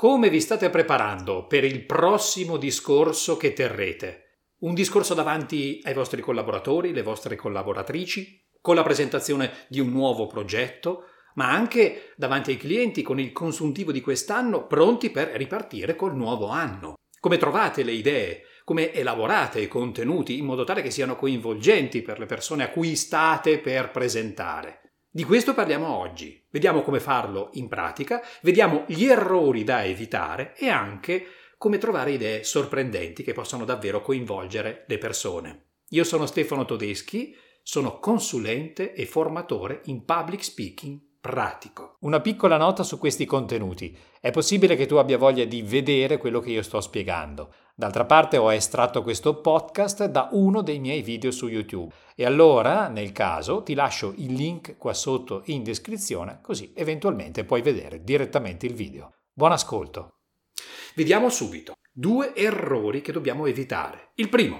Come vi state preparando per il prossimo discorso che terrete? Un discorso davanti ai vostri collaboratori, le vostre collaboratrici, con la presentazione di un nuovo progetto, ma anche davanti ai clienti con il consuntivo di quest'anno, pronti per ripartire col nuovo anno. Come trovate le idee? Come elaborate i contenuti in modo tale che siano coinvolgenti per le persone a cui state per presentare? Di questo parliamo oggi. Vediamo come farlo in pratica, vediamo gli errori da evitare e anche come trovare idee sorprendenti che possano davvero coinvolgere le persone. Io sono Stefano Todeschi, sono consulente e formatore in public speaking pratico. Una piccola nota su questi contenuti. È possibile che tu abbia voglia di vedere quello che io sto spiegando. D'altra parte ho estratto questo podcast da uno dei miei video su YouTube e allora, nel caso, ti lascio il link qua sotto in descrizione, così eventualmente puoi vedere direttamente il video. Buon ascolto! Vediamo subito 2 errori che dobbiamo evitare. Il primo,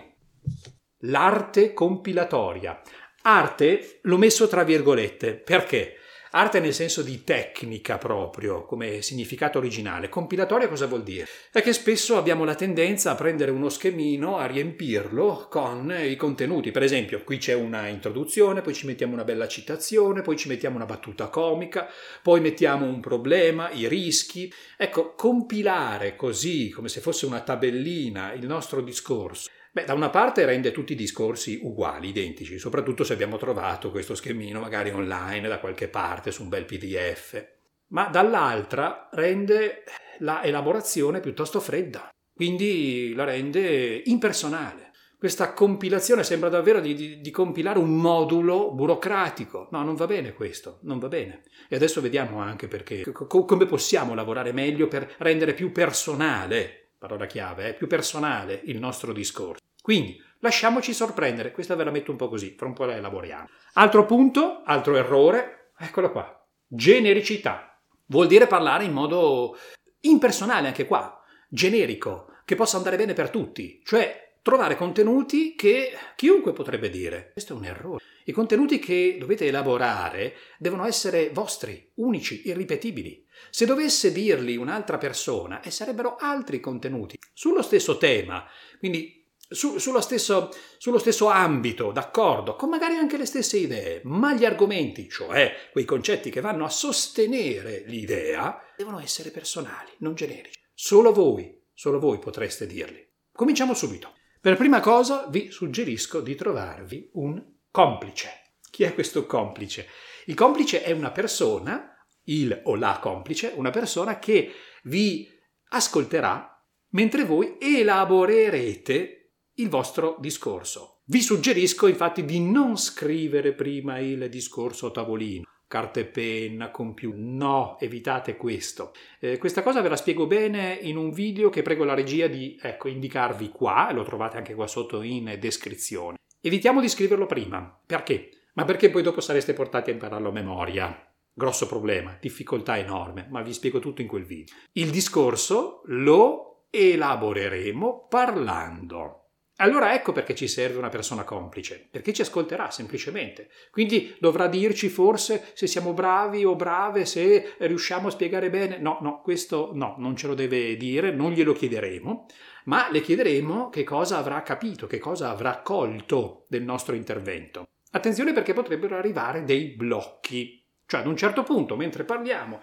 l'arte compilatoria. Arte l'ho messo tra virgolette, perché? Arte nel senso di tecnica proprio, come significato originale. Compilatoria cosa vuol dire? È che spesso abbiamo la tendenza a prendere uno schemino, a riempirlo con i contenuti. Per esempio, qui c'è una introduzione, poi ci mettiamo una bella citazione, poi ci mettiamo una battuta comica, poi mettiamo un problema, i rischi. Ecco, compilare così, come se fosse una tabellina, il nostro discorso. Da una parte rende tutti i discorsi uguali, identici, soprattutto se abbiamo trovato questo schemino magari online da qualche parte su un bel PDF, ma dall'altra rende la elaborazione piuttosto fredda, quindi la rende impersonale. Questa compilazione sembra davvero di compilare un modulo burocratico. No, non va bene questo, non va bene. E adesso vediamo anche perché, come possiamo lavorare meglio per rendere più personale, parola chiave, più personale il nostro discorso. Quindi lasciamoci sorprendere, questa ve la metto un po' così, fra un po' la elaboriamo. Altro punto, altro errore, eccolo qua, genericità. Vuol dire parlare in modo impersonale anche qua, generico, che possa andare bene per tutti, cioè trovare contenuti che chiunque potrebbe dire. Questo è un errore. I contenuti che dovete elaborare devono essere vostri, unici, irripetibili. Se dovesse dirli un'altra persona, sarebbero altri contenuti sullo stesso tema, quindi sullo stesso ambito, d'accordo, con magari anche le stesse idee, ma gli argomenti, cioè quei concetti che vanno a sostenere l'idea, devono essere personali, non generici. Solo voi potreste dirli. Cominciamo subito. Per prima cosa vi suggerisco di trovarvi un complice. Chi è questo complice? Il complice è una persona, il o la complice, una persona che vi ascolterà mentre voi elaborerete il vostro discorso. Vi suggerisco infatti di non scrivere prima il discorso a tavolino, carta e penna, computer. No, evitate questo. Questa cosa ve la spiego bene in un video che prego la regia di indicarvi qua, lo trovate anche qua sotto in descrizione. Evitiamo di scriverlo prima. Perché? Ma perché poi dopo sareste portati a impararlo a memoria. Grosso problema, difficoltà enorme, ma vi spiego tutto in quel video. Il discorso lo elaboreremo parlando. Allora ecco perché ci serve una persona complice, perché ci ascolterà semplicemente. Quindi dovrà dirci forse se siamo bravi o brave, se riusciamo a spiegare bene. No, questo no, non ce lo deve dire, non glielo chiederemo, ma le chiederemo che cosa avrà capito, che cosa avrà colto del nostro intervento. Attenzione perché potrebbero arrivare dei blocchi. Cioè ad un certo punto, mentre parliamo,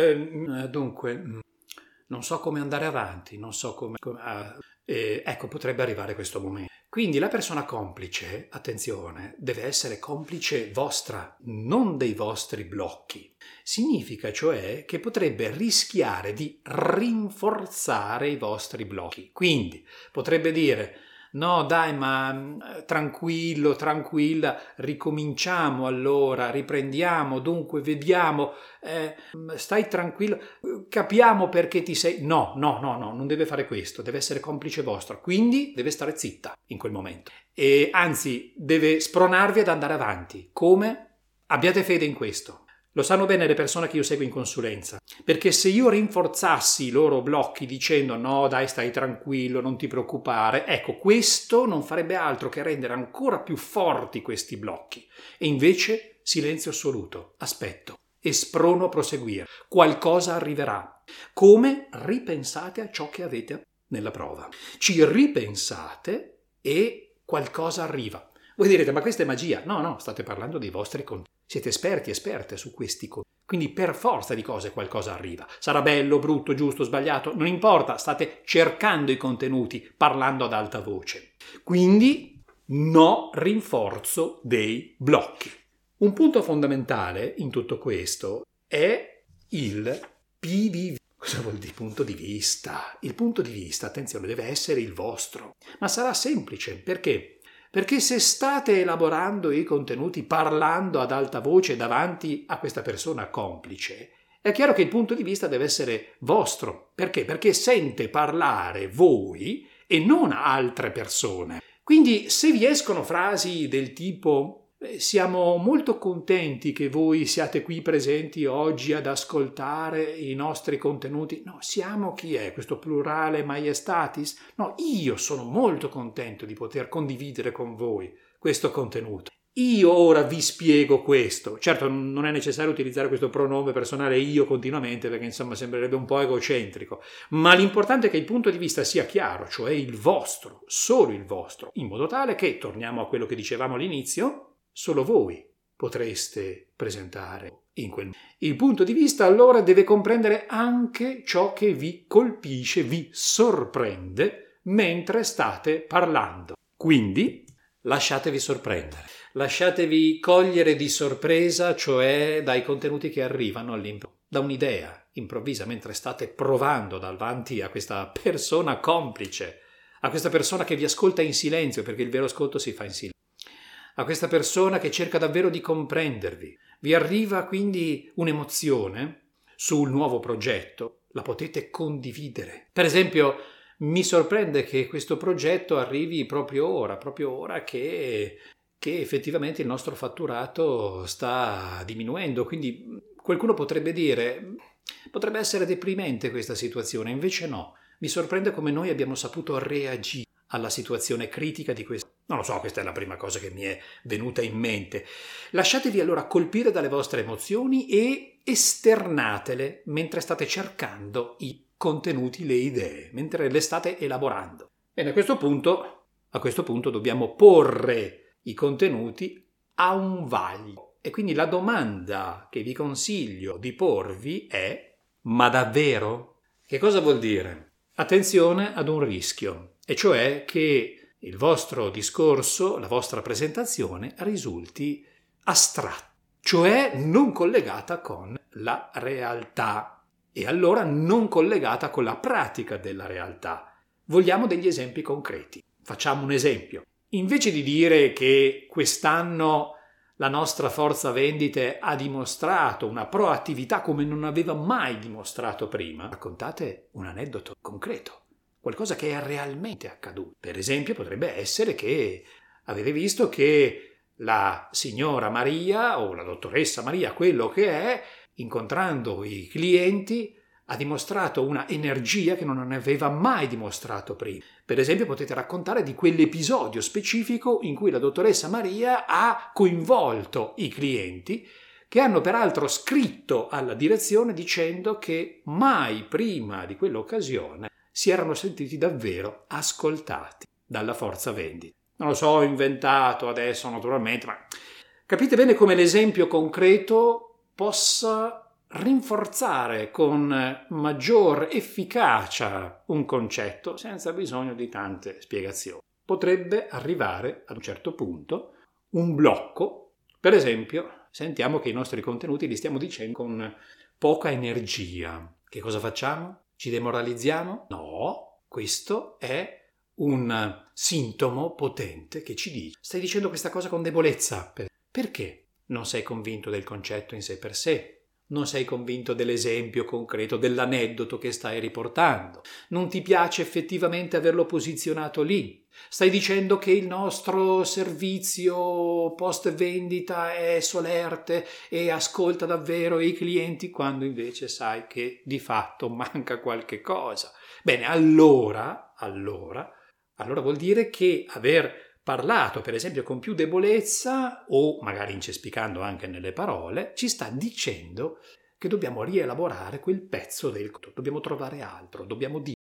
non so come andare avanti, non so come ecco, potrebbe arrivare questo momento. Quindi la persona complice, attenzione, deve essere complice vostra, non dei vostri blocchi. Significa cioè che potrebbe rischiare di rinforzare i vostri blocchi. Quindi potrebbe dire: no dai, ma tranquillo, tranquilla, ricominciamo allora, riprendiamo, dunque vediamo, stai tranquillo, capiamo perché ti sei... No, non deve fare questo, deve essere complice vostro, quindi deve stare zitta in quel momento. E anzi, deve spronarvi ad andare avanti. Come? Abbiate fede in questo. Lo sanno bene le persone che io seguo in consulenza, perché se io rinforzassi i loro blocchi dicendo no dai stai tranquillo, non ti preoccupare, ecco questo non farebbe altro che rendere ancora più forti questi blocchi e invece silenzio assoluto, aspetto e sprono a proseguire. Qualcosa arriverà. Come? Ripensate a ciò che avete nella prova. Ci ripensate e qualcosa arriva. Voi direte, ma questa è magia. No, state parlando dei vostri contenuti. Siete esperti, esperte su questi contenuti. Quindi per forza di cose qualcosa arriva. Sarà bello, brutto, giusto, sbagliato, non importa, state cercando i contenuti, parlando ad alta voce. Quindi no rinforzo dei blocchi. Un punto fondamentale in tutto questo è il PVV. Cosa vuol dire punto di vista? Il punto di vista, attenzione, deve essere il vostro. Ma sarà semplice, perché? Perché se state elaborando i contenuti parlando ad alta voce davanti a questa persona complice, è chiaro che il punto di vista deve essere vostro. Perché? Perché sente parlare voi e non altre persone. Quindi se vi escono frasi del tipo siamo molto contenti che voi siate qui presenti oggi ad ascoltare i nostri contenuti. No, siamo chi è? Questo plurale maiestatis? No, io sono molto contento di poter condividere con voi questo contenuto. Io ora vi spiego questo. Certo, non è necessario utilizzare questo pronome personale io continuamente, perché insomma sembrerebbe un po' egocentrico, ma l'importante è che il punto di vista sia chiaro, cioè il vostro, solo il vostro, in modo tale che, torniamo a quello che dicevamo all'inizio, solo voi potreste presentare in quel modo. Il punto di vista allora deve comprendere anche ciò che vi colpisce, vi sorprende mentre state parlando. Quindi lasciatevi sorprendere, lasciatevi cogliere di sorpresa, cioè dai contenuti che arrivano all'improvviso, da un'idea improvvisa mentre state provando davanti a questa persona complice, a questa persona che vi ascolta in silenzio, perché il vero ascolto si fa in silenzio, a questa persona che cerca davvero di comprendervi. Vi arriva quindi un'emozione sul nuovo progetto, la potete condividere. Per esempio, mi sorprende che questo progetto arrivi proprio ora che effettivamente il nostro fatturato sta diminuendo, quindi qualcuno potrebbe dire potrebbe essere deprimente questa situazione, invece no, mi sorprende come noi abbiamo saputo reagire alla situazione critica di questo. Non lo so, questa è la prima cosa che mi è venuta in mente. Lasciatevi allora colpire dalle vostre emozioni e esternatele mentre state cercando i contenuti, le idee, mentre le state elaborando. Bene, a questo punto dobbiamo porre i contenuti a un vaglio. E quindi la domanda che vi consiglio di porvi è: ma davvero? Che cosa vuol dire? Attenzione ad un rischio, e cioè che il vostro discorso, la vostra presentazione risulti astratta, cioè non collegata con la realtà e allora non collegata con la pratica della realtà. Vogliamo degli esempi concreti. Facciamo un esempio. Invece di dire che quest'anno la nostra forza vendite ha dimostrato una proattività come non aveva mai dimostrato prima, raccontate un aneddoto concreto. Qualcosa che è realmente accaduto. Per esempio potrebbe essere che avete visto che la signora Maria o la dottoressa Maria, quello che è, incontrando i clienti, ha dimostrato una energia che non aveva mai dimostrato prima. Per esempio potete raccontare di quell'episodio specifico in cui la dottoressa Maria ha coinvolto i clienti, che hanno peraltro scritto alla direzione dicendo che mai prima di quell'occasione si erano sentiti davvero ascoltati dalla forza vendita. Non lo so, ho inventato adesso naturalmente, ma capite bene come l'esempio concreto possa rinforzare con maggior efficacia un concetto senza bisogno di tante spiegazioni. Potrebbe arrivare ad un certo punto un blocco. Per esempio, sentiamo che i nostri contenuti li stiamo dicendo con poca energia. Che cosa facciamo? Ci demoralizziamo? No, questo è un sintomo potente che ci dice: stai dicendo questa cosa con debolezza. Perché? Non sei convinto del concetto in sé per sé. Non sei convinto dell'esempio concreto, dell'aneddoto che stai riportando. Non ti piace effettivamente averlo posizionato lì. Stai dicendo che il nostro servizio post vendita è solerte e ascolta davvero i clienti, quando invece sai che di fatto manca qualche cosa. Bene, allora vuol dire che aver parlato, per esempio, con più debolezza o magari incespicando anche nelle parole, ci sta dicendo che dobbiamo rielaborare quel pezzo del dobbiamo trovare altro, dobbiamo